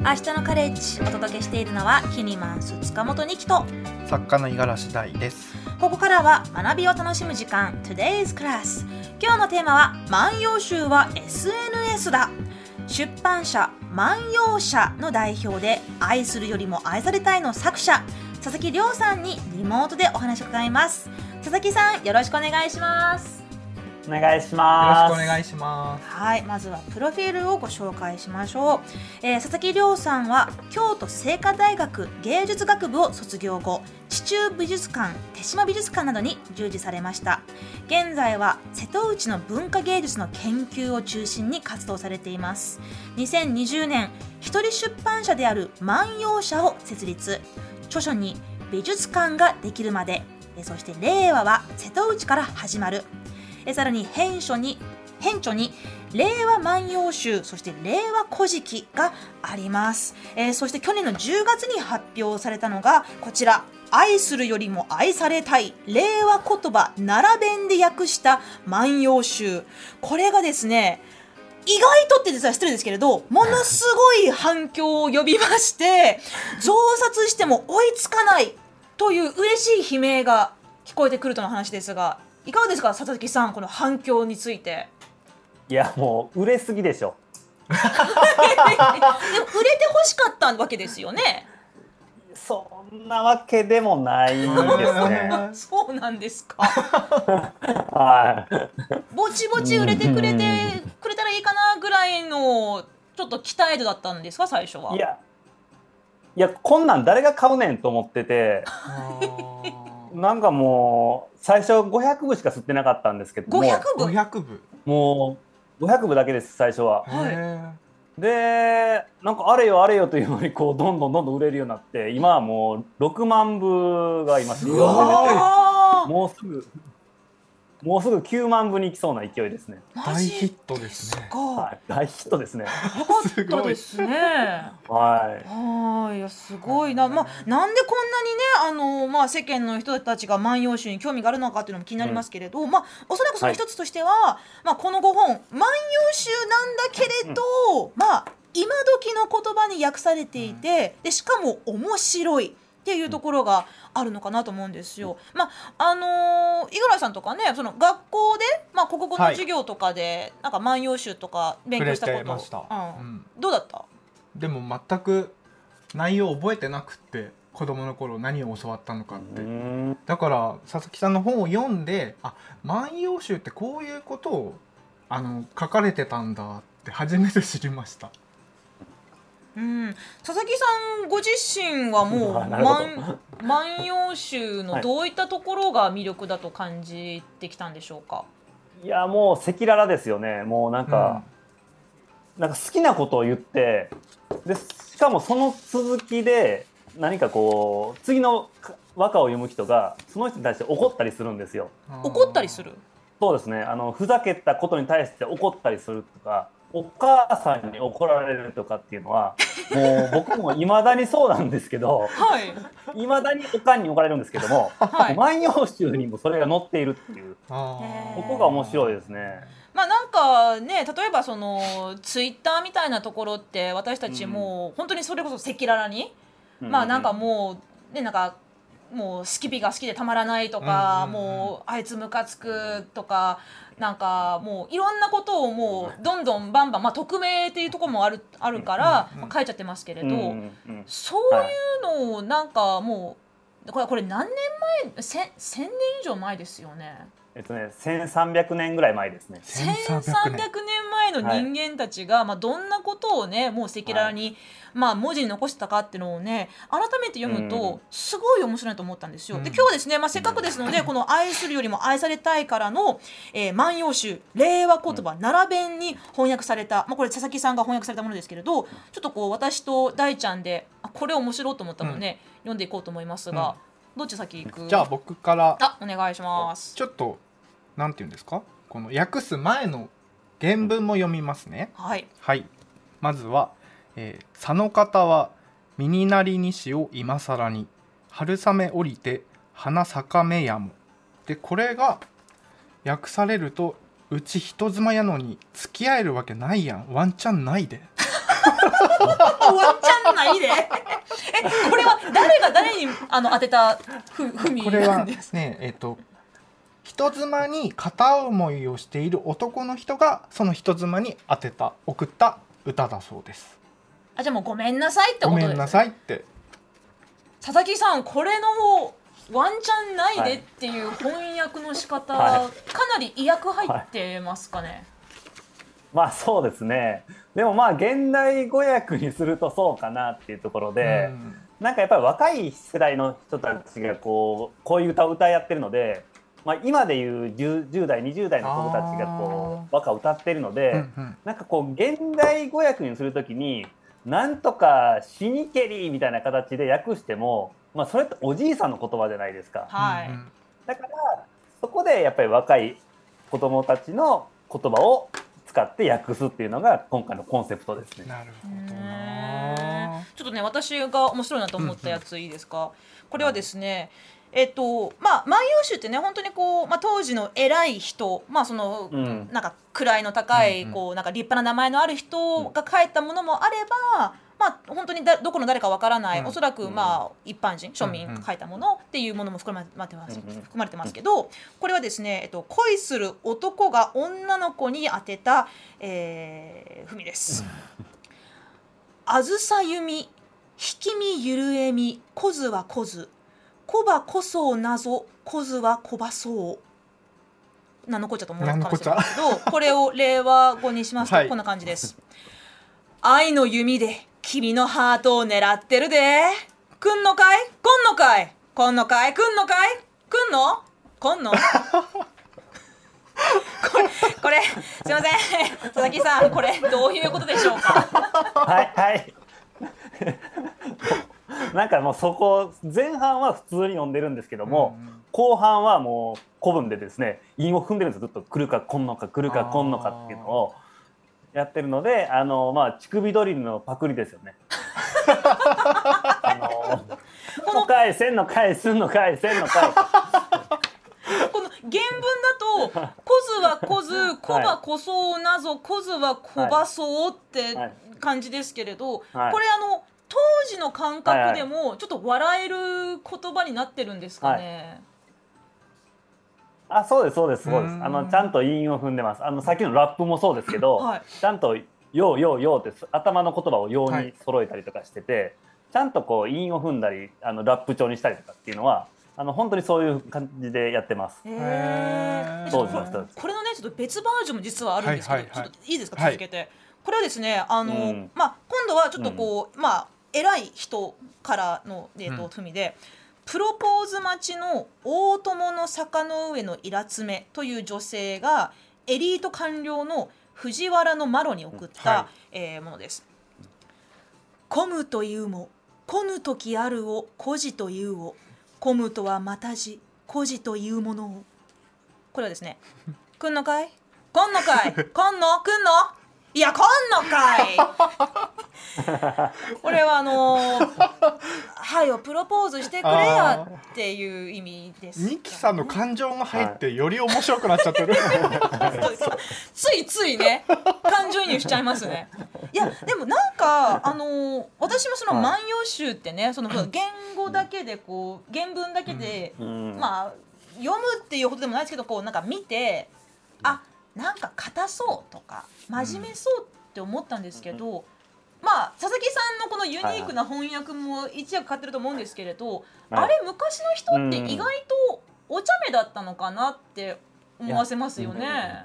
明日のカレッジお届けしているのはキニマンス塚本二木と作家の五十嵐大です。 ここからは学びを楽しむ時間 Today's Class。 今日のテーマは万葉集は SNS だ。出版社万葉社の代表で愛するよりも愛されたいの作者佐々木亮さんにリモートでお話を伺います。佐々木さん、よろしくお願いします。 お願いします。 よろしくお願いします。 はい、まずはプロフィールをご紹介しましょう。佐々木亮さんは京都精華大学芸術学部を卒業後、地中美術館、手島美術館などに従事されました。現在は瀬戸内の文化芸術の研究を中心に活動されています。2020年、一人出版社である万葉社を設立。著書に美術館ができるまで、そして令和は瀬戸内から始まる、さらに編著に令和万葉集、そして令和古事記があります。そして去年の10月に発表されたのがこちら、愛するよりも愛されたい令和言葉奈良弁で訳した万葉集。これがですね、意外とって実は失礼ですけれど、ものすごい反響を呼びまして増刷しても追いつかないという嬉しい悲鳴が聞こえてくるとの話ですが、いかがですか佐々木さん、この反響について。 いや、もう売れすぎでしょ。 でも売れて欲しかったわけですよね。 そんなわけでもないですね。 そうなんですか。 はい。 ぼちぼち売れてくれたらいいかなぐらいのちょっと期待度だったんですか、最初は。 いやこんなん誰が買うねんと思っててなんかもう最初500部しか吸ってなかったんですけども、 500部もう500部だけです、最初は。 はい。 で、なんかあれよあれよというのにこうどんどん売れるようになって、今はもう6万部が今読んでて、もうすぐ9万部に行きそうな勢いですね。 大ヒットですね。 はい、大ヒットですね。 よかったですね。 はい。 いや、すごいな。なんでこんなにね、世間の人たちが万葉集に興味があるのかっていうのも気になりますけれど、おそらくその一つとしては、この5本万葉集なんだけれど、今時の言葉に訳されていて、でしかも面白いっていうところがあるのかなと思うんですよ。五十嵐さんとかね、その学校で、国語の授業とかで、なんか万葉集とか勉強したこと、 触れてました。 どうだった？でも全く内容覚えてなくって、子供の頃何を教わったのかって。だから佐々木さんの本を読んで、万葉集ってこういうことを書かれてたんだって初めて知りました。 佐々木さんご自身はもう万葉集のどういったところが魅力だと感じてきたんでしょうか？ いや、もう赤裸々ですよね。もうなんか好きなことを言って、でしかもその続きで何かこう次の和歌を読む人がその人に対して怒ったりするんですよ。 怒ったりする？そうですね。ふざけたことに対して怒ったりするとか、お母さんに怒られるとかっていうのは、もう僕もいまだにそうなんですけど、いまだにおかんに怒られるんですけども、万葉集にもそれが載っているっていう、ここが面白いですね。 なんかね、例えばそのツイッターみたいなところって私たちも本当にそれこそ赤裸々に、なんかもうね、なんかもうスキピが好きでたまらないとか、もうあいつムカつくとか、なんかもういろんなことをもうどんどんバンバン、匿名っていうところもあるから書いちゃってますけれど、そういうのをなんかもうこれ何年前、1000年以上前ですよね。 1300年ぐらい前ですね。 1300年前の人間たちが、どんなことをね、もう赤裸々に、文字に残してたかっていうのをね、改めて読むとすごい面白いと思ったんですよ。で、今日はですね、せっかくですので、この愛するよりも愛されたいからの、万葉集令和言葉奈良弁に翻訳された、これ佐々木さんが翻訳されたものですけれど、ちょっとこう私と大ちゃんでこれ面白いと思ったので、読んでいこうと思いますが、どっち先行く？ じゃあ僕からお願いします。 ちょっとなんていうんですか、この訳す前の原文も読みますね。はい、まずは、佐の方は身になりにしを今更に春雨降りて花咲かめやも。でこれが訳されると、うち人妻やのに付き合えるわけないやん、ワンチャンないでンチャンないでこれは誰が誰に当てたふみなんですか？ これはね人妻に片思いをしている男の人がその人妻に送った歌だそうです。 じゃあもうごめんなさいってことですね。 ごめんなさいって。 佐々木さん、これのワンチャンないでっていう翻訳の仕方、かなり意訳入ってますかね。 まあそうですね。でもまあ現代語訳にするとそうかなっていうところで、なんかやっぱり若い世代の人たちがこういう歌を歌いやってるので、まあ、今でいう 10代20代の子たちがこう和歌を歌ってるので、なんかこう現代語訳にするときになんとか死にけりみたいな形で訳しても、まあ、それっておじいさんの言葉じゃないですか。 はい、 だからそこでやっぱり若い子どもたちの言葉を使って訳すっていうのが今回のコンセプトですね。 なるほどな。 ちょっとね、私が面白いなと思ったやついいですか？これはですね、まあ、万葉集ってね、本当にこう、まあ、当時の偉い人、まあそのなんか位の高い、こうなんか立派な名前のある人が書いたものもあれば、まあ本当にどこの誰かわからない、おそらくまあ一般人庶民が書いたものっていうものも含まれてますけど、これはですね、恋する男が女の子に当てた文です。あずさ弓、引きみゆるえみ、こずはこず、こばこそなぞ、こずはこばそう。何のこっちゃと思うかもしれないけど、これを令和語にしますとこんな感じです。愛の弓で君のハートを狙ってるで。くんのかい、こんのかい、こんのかい、くんのかい、くんのこんのこれすいません佐々木さん、これどういうことでしょうか？ はいなんかもうそこ前半は普通に読んでるんですけども、後半はもう古文でですね韻を踏んでるんですよ。ずっと来るか来んのか来るか来んのかっていうのをやってるので、まあ乳首ドリルのパクリですよね。のかいせんのかいすんのかいせんのかい。 この原文だと「こずはこず、こばこそうなぞ、こずはこばそう」って感じですけれど、これ当時の感覚でもちょっと笑える言葉になってるんですかね。 そうですそうですそうです。ちゃんと韻を踏んでます。さっきのラップもそうですけど、ちゃんと「ようようよう」って頭の言葉を「よう」に揃えたりとかしてて、ちゃんとこう韻を踏んだりラップ調にしたりとかっていうのは本当にそういう感じでやってます。 これのねちょっと別バージョンも実はあるんですけど、ちょっといいですか、続けて。これはですねまあ今度はちょっとこうまあ偉い人からの文で、プロポーズ待ちの大友の坂の上のイラつめという女性がエリート官僚の藤原のマロに送った、ものです。込むというも来ぬ時あるを孤児というを、込むとはまたじ孤児というものを。これはですね来んのかい、来んのかい、来んの来んの、いや来んのかいこれははよプロポーズしてくれやっていう意味です。 ニキさんの感情が入ってより面白くなっちゃってるついついね感情移入しちゃいますね。いやでもなんか私もその万葉集ってね、その言語だけでこう原文だけで、まあ読むっていうことでもないですけど、こうなんか見てなんか硬そうとか真面目そうって思ったんですけど、まあ佐々木さんのこのユニークな翻訳も一役買ってると思うんですけれど、あれ昔の人って意外とお茶目だったのかなって思わせますよね。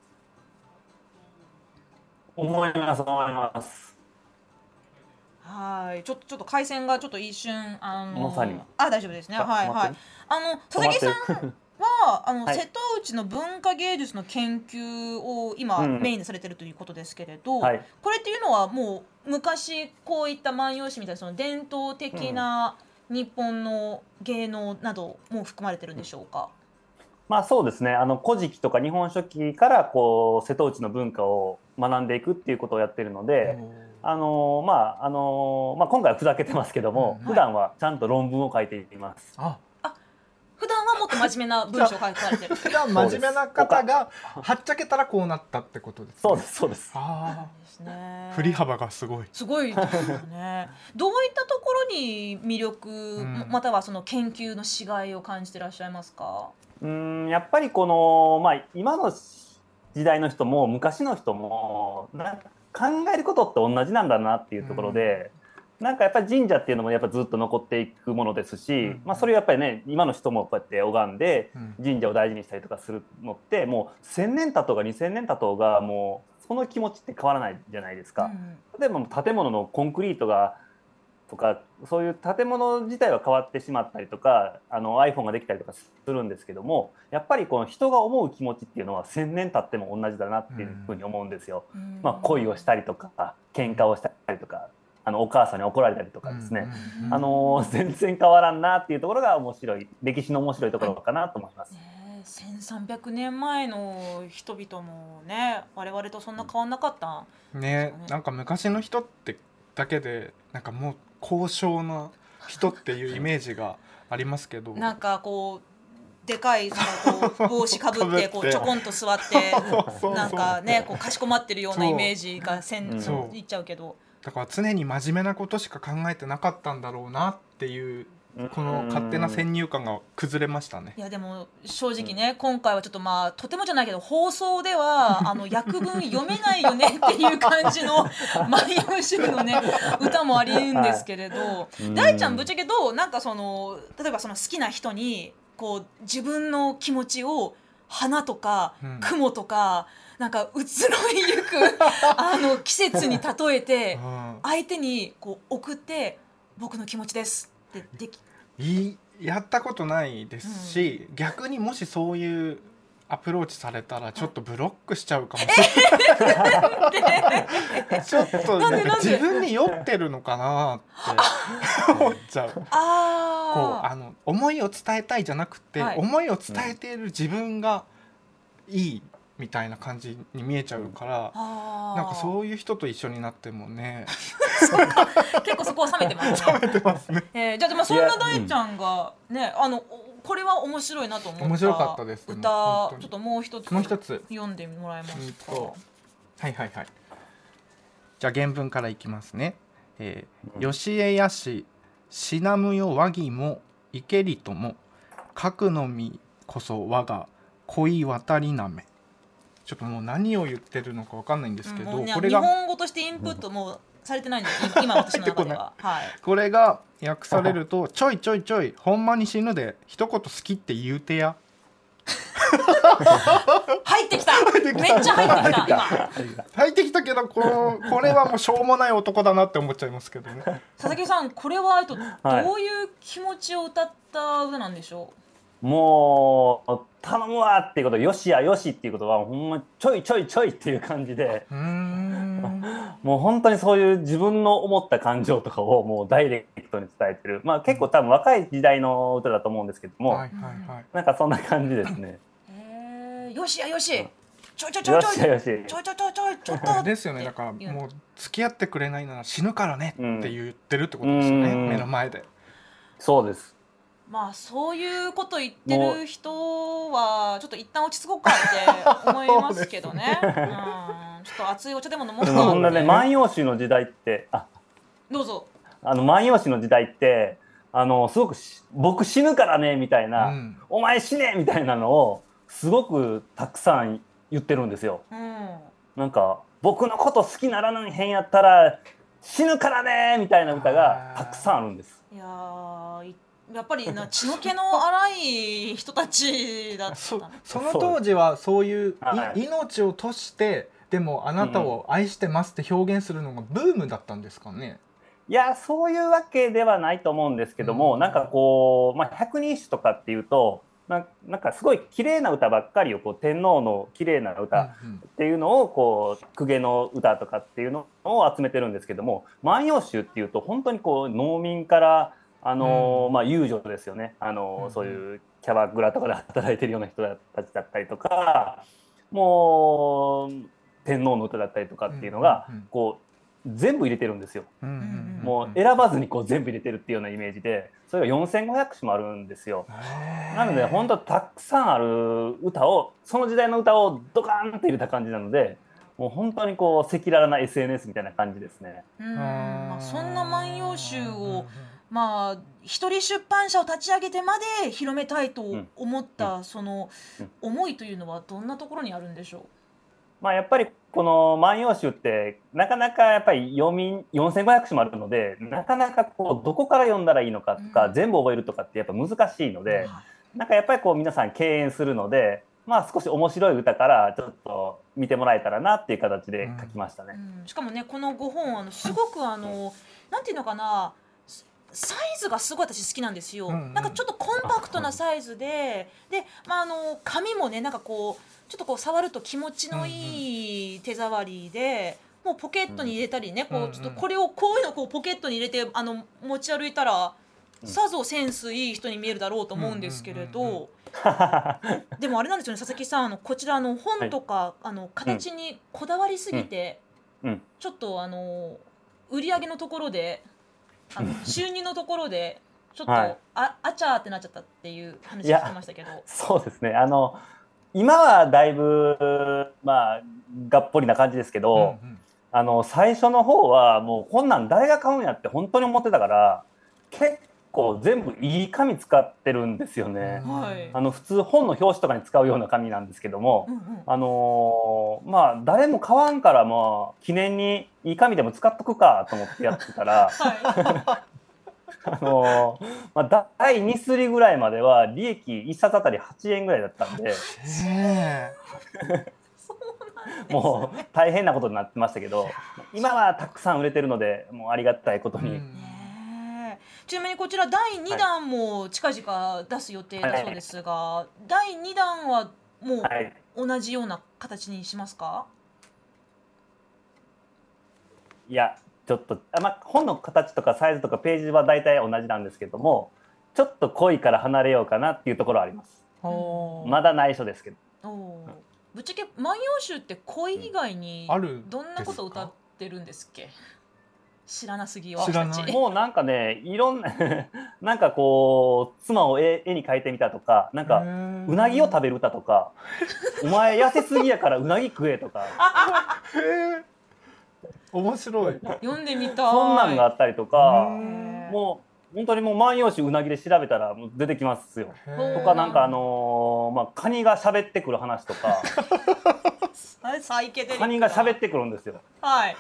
思います思います。 はい、ちょっと回線がちょっと一瞬まさに大丈夫ですね。はいはい。佐々木さんは瀬戸内の文化芸術の研究を今メインにされてるということですけれど、これっていうのはもう昔こういった万葉集みたいなその伝統的な日本の芸能なども含まれてるんでしょうか？ まあそうですね。古事記とか日本書紀からこう瀬戸内の文化を学んでいくっていうことをやってるので、まあ今回はふざけてますけども、普段はちゃんと論文を書いています。 普段はもっとと真面目な文章を書かれてる。 普段真面目な方がはっちゃけたらこうなったってことですね。 そうですそうです。 ああ、振り幅がすごい。 すごいですよね。どういったところに魅力、またはその研究のしがいを感じていらっしゃいますか？ やっぱりこの、今の時代の人も昔の人も考えることって同じなんだなっていうところで、なんかやっぱり神社っていうのもやっぱずっと残っていくものですし、それをやっぱりね今の人もこうやって拝んで神社を大事にしたりとかするのってもう1000年経とうが2000年経とうがもうその気持ちって変わらないじゃないですか。例えば建物のコンクリートがとかそういう建物自体は変わってしまったりとかiPhone ができたりとかするんですけども、やっぱりこの人が思う気持ちっていうのは1000年経っても同じだなっていうふうに思うんですよ。恋をしたりとか喧嘩をしたりとかお母さんに怒られたりとかですね、全然変わらんなっていうところが面白い歴史の面白いところかなと思います。 1300年前の人々もね我々とそんな変わんなかったね。なんか昔の人ってだけでなんかもう高尚な人っていうイメージがありますけどなんかこうでかいそのこう帽子かぶってこうちょこんと座ってなんかねこうかしこまってるようなイメージがいっちゃうけど、 だから常に真面目なことしか考えてなかったんだろうなっていうこの勝手な先入観が崩れましたね。 いやでも正直ね、今回はちょっととてもじゃないけど放送では訳文読めないよねっていう感じの万葉集のね歌もありんですけれど、大ちゃんぶっちゃけどなんか例えばその好きな人にこう自分の気持ちを花とか雲とか、なんか移ろいゆく季節に例えて相手にこう送って僕の気持ちですってやったことないですし、逆にもしそういうアプローチされたらちょっとブロックしちゃうかもしれないちょっと自分に酔ってるのかなって思っちゃう。こう思いを伝えたいじゃなくて、思いを伝えている自分がいいみたいな感じに見えちゃうから、なんかそういう人と一緒になってもね結構そこは冷めてますね。冷めてますね。じゃあでもそんな大ちゃんがね、これは面白いなと思った面白かったです、 歌ちょっともう一つ読んでもらえますか？ はいはいはい。じゃあ原文からいきますね。よしえやししなむよわぎもいけりともかくのみこそ我が恋渡りなめ。ちょっともう何を言ってるのか分かんないんですけど、 これが日本語としてインプットもされてないんです今私の中ではこれが訳されるとちょいちょいちょいほんまに死ぬで一言好きって言うてや入ってきためっちゃ入ってきた今入ってきたけどこれはもうしょうもない男だなって思っちゃいますけどね。 佐々木さんこれはどういう気持ちを歌った歌なんでしょう？ もう頼むわっていうこと、よしやよしっていうことはほんまちょいちょいちょいっていう感じでもう本当にそういう自分の思った感情とかをもうダイレクトに伝えてる、結構多分若い時代の歌だと思うんですけども、なんかそんな感じですね。 よしやよしちょいちょいちょいちょいちょいちょいちょっとですよね。だからもう付き合ってくれないなら死ぬからねって言ってるってことですよね、目の前で。 そうです。 そういうこと言ってる人はちょっと一旦落ち着こうかって思いますけどね。ちょっと熱いお茶でも飲もうかって。 そんなね、万葉集の時代ってどうぞ。 万葉集の時代ってすごく僕死ぬからねみたいな、お前死ねみたいなのをすごくたくさん言ってるんですよ。なんか僕のこと好きならないへんやったら死ぬからねみたいな歌がたくさんあるんです。 いややっぱり血の気の荒い人たちだった。 その当時はそういう命を賭してでもあなたを愛してますって表現するのがブームだったんですかね。 いやそういうわけではないと思うんですけども、なんかこう、百人一首とかっていうとなんかすごい綺麗な歌ばっかりを天皇の綺麗な歌っていうのを公家の歌とかっていうのを集めてるんですけども、万葉集っていうと本当に農民から遊女ですよね。そういうキャバクラとかで働いてるような人たちだったりとか、もう天皇の歌だったりとかっていうのが全部入れてるんですよ。もう選ばずにこう全部入れてるっていうようなイメージで、それが4500首もあるんですよ。なので本当たくさんある歌を、その時代の歌をドカーンって入れた感じなので、もう本当にこう赤裸々な SNS みたいな感じですね。 そんな万葉集をまあ一人出版社を立ち上げてまで広めたいと思ったその思いというのはどんなところにあるんでしょう？ まあやっぱりこの万葉集ってなかなかやっぱり4500首もあるので、なかなかこうどこから読んだらいいのかとか、全部覚えるとかってやっぱ難しいので、なんかやっぱりこう皆さん敬遠するので、まあ少し面白い歌からちょっと見てもらえたらなっていう形で書きましたね。 しかもねこの5本すごくなんていうのかな、サイズがすごい私好きなんですよ。なんかちょっとコンパクトなサイズで、紙もねなんかこうちょっとこう触ると気持ちのいい手触りで、もうポケットに入れたりね、こうちょっとこれをこういうのをこうポケットに入れて持ち歩いたらさぞセンスいい人に見えるだろうと思うんですけれど、でもあれなんですよね佐々木さん、こちら本とか、形にこだわりすぎて、ちょっと売り上げのところで収入のところでちょっと、あちゃーってなっちゃったっていう話聞きましたけど。 そうですね、今はだいぶまあがっぽりな感じですけど、最初の方はもうこんなん誰が買うんやって本当に思ってたから、結構全部いい紙使ってるんですよね。普通本の表紙とかに使うような紙なんですけども、まあ誰も買わんから、まあ記念にいい紙でも使っとくかと思ってやってたら第2刷りぐらいまでは利益1冊あたり8円ぐらいだったんでもう大変なことになってましたけど、今はたくさん売れてるのでもうありがたいことに。 ちなみにこちら第2弾も近々出す予定だそうですが、第2弾はもう同じような形にしますか？ いやちょっと本の形とかサイズとかページは大体同じなんですけども、ちょっと恋から離れようかなっていうところはあります。まだ内緒ですけど。 ぶっちゃけ万葉集って恋以外にどんなことを歌ってるんですっけ？知らなすぎよ。 もうなんかね、いろんななんかこう妻を絵に描いてみたとか、なんかうなぎを食べる歌とか、お前痩せすぎやからうなぎ食えとか面白い。 読んでみたい。 そんなんがあったりとか、もう本当にもう万葉集うなぎで調べたら出てきますよ。とかなんかカニが喋ってくる話とかカニが喋ってくるんですよ。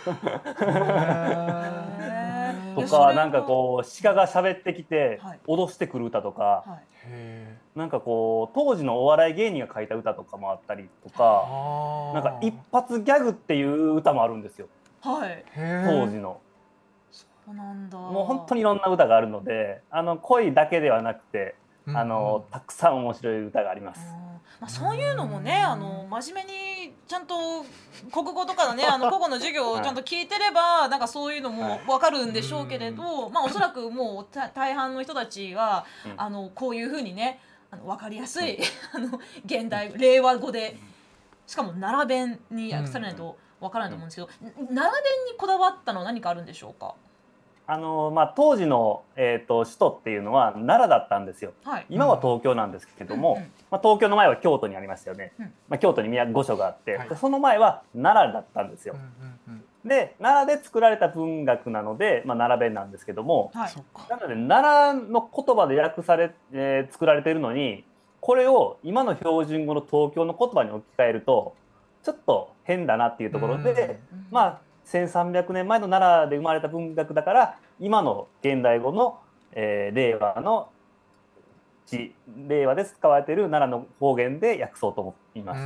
とかなんかこう鹿が喋ってきて脅してくる歌とか、なんかこう当時のお笑い芸人が書いた歌とかもあったりとか、なんか一発ギャグっていう歌もあるんですよ。当時の。もう本当にいろんな歌があるので、恋だけではなくてたくさん面白い歌があります。 そういうのもね真面目にちゃんと国語とかのね国語の授業をちゃんと聞いてればなんかそういうのも分かるんでしょうけれど、おそらくもう大半の人たちはこういうふうにね分かりやすい現代令和語で、しかも奈良弁に訳されないと分からないと思うんですけど、奈良弁にこだわったのは何かあるんでしょうか？ 当時の、首都っていうのは奈良だったんですよ。今は東京なんですけども、東京の前は京都にありましたよね。京都に御所があって、その前は奈良だったんですよ。で奈良で作られた文学なので、奈良弁なんですけども、なので奈良の言葉で訳され、作られているのに、これを今の標準語の東京の言葉に置き換えるとちょっと変だなっていうところで、1300年前の奈良で生まれた文学だから今の現代語の、令和で使われている奈良の方言で訳そうと思いました。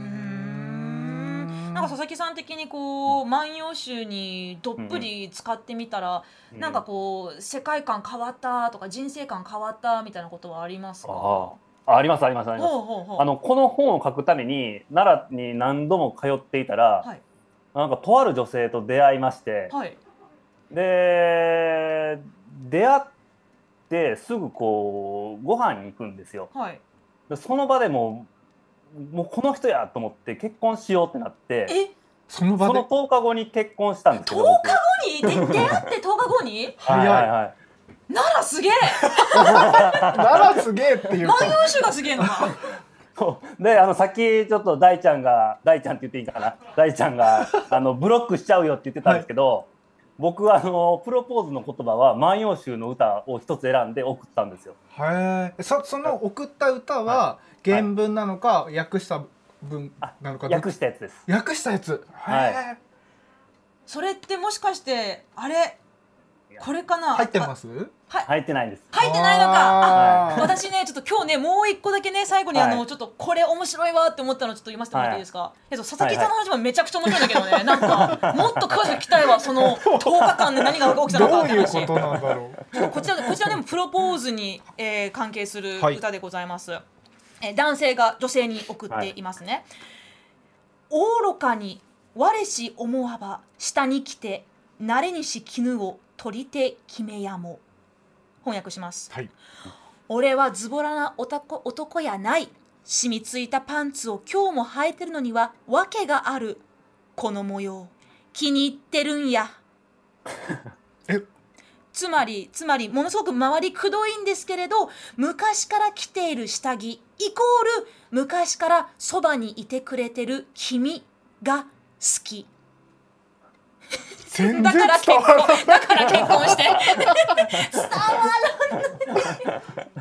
なんか佐々木さん的にこう万葉集にどっぷり使ってみたら、なんかこう世界観変わったとか人生観変わったみたいなことはありますか？ あります。この本を書くために奈良に何度も通っていたら、なんかとある女性と出会いまして、で出会ってすぐこうご飯に行くんですよ。でその場でもうこの人やと思って結婚しようってなって、 その場で 10日後に結婚したんですけど。 10日後に出会って10日後に早い、 はいはい、 奈良すげえ奈良すげえっていう万葉集がすげえのかでさっきちょっと大ちゃんって言っていいかな、大ちゃんがブロックしちゃうよって言ってたんですけど、はい、僕プロポーズの言葉は万葉集の歌を一つ選んで送ったんですよ。 へえ。その送った歌は原文なのか、はい、訳した文なのか。 訳したやつです。 訳したやつ。はい。 それってもしかしてあれこれかな。 入ってます？ 入ってないです。 入ってないのか。私ねちょっと今日ねもう一個だけね最後にちょっとこれ面白いわって思ったのちょっと言いましてもらっていいですか。佐々木さんの話もめちゃくちゃ面白いんだけどね。なんかもっと詳しく聞きたいわ。その10日間で何が起きたのかって話。 どういうことなんだろう。 こちらでもプロポーズに関係する歌でございます。男性が女性に送っていますね。愚かに我し思わば下に来て慣れにし絹を取り手決めやも。翻訳します、はい、俺はズボラな男やない。染みついたパンツを今日も履いてるのには訳がある。この模様気に入ってるんやつまりものすごく周りくどいんですけれど、昔から着ている下着イコール昔からそばにいてくれてる君が好きだから結婚して伝わらない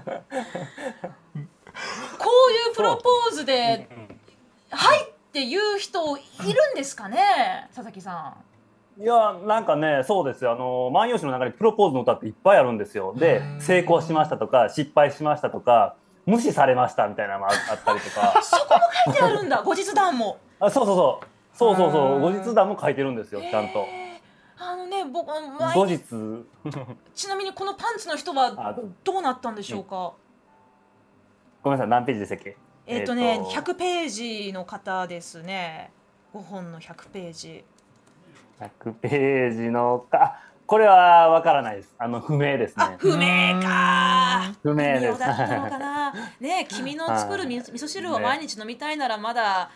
こういうプロポーズではいっていう人いるんですかね、佐々木さん。いやなんかねそうですよ。万葉集の中にプロポーズの歌っていっぱいあるんですよ。で成功しましたとか失敗しましたとか無視されましたみたいなのもあったりとかそこも書いてあるんだ。後日談も。 そう後日談も書いてるんですよちゃんと。 僕後日ちなみにこのパンツの人はどうなったんでしょうか。 ごめんなさい何ページでしたっけ。 100ページの方ですね。5本の100ページ。 100ページのかこれは分からないです。不明ですね。 不明か。 不明です。 だったのかな。ね君の作る味噌汁を毎日飲みたいならまだ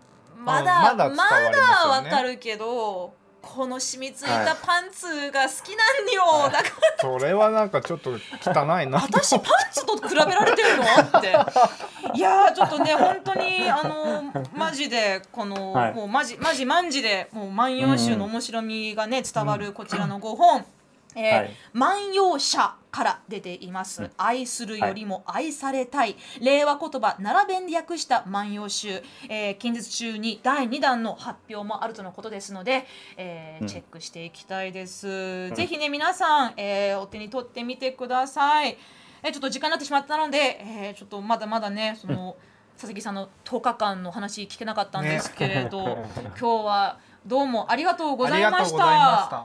分かるけど。この染みついたパンツが好きなんよ、だからそれはなんかちょっと汚いな私パンツと比べられてるのっていやちょっとね本当にマジでこの、もうマジでもう万葉集の面白みがね伝わるこちらの5本、万葉社から出ています、愛するよりも愛されたい、令和言葉奈良弁で訳した万葉集、近日中に第2弾の発表もあるとのことですので、チェックしていきたいです、ぜひね皆さん、お手に取ってみてください。ちょっと時間になってしまったので、ちょっとまだまだねその、佐々木さんの10日間の話聞けなかったんですけれど、今日はどうもありがとうございました。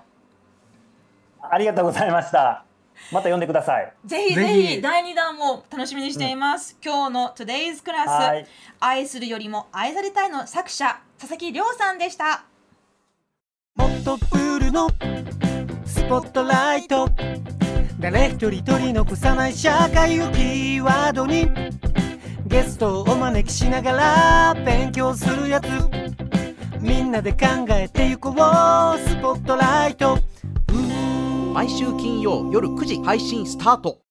ありがとうございました。また呼んでください。 ぜひ第2弾も楽しみにしています、今日の Today's クラス、愛するよりも愛されたいの作者佐々木亮さんでした。 もっとプールのスポットライト、誰一人取り残さない社会をキーワードにゲストをお招きしながら勉強するやつ、みんなで考えてゆこうスポットライト。 毎週金曜夜9時配信スタート。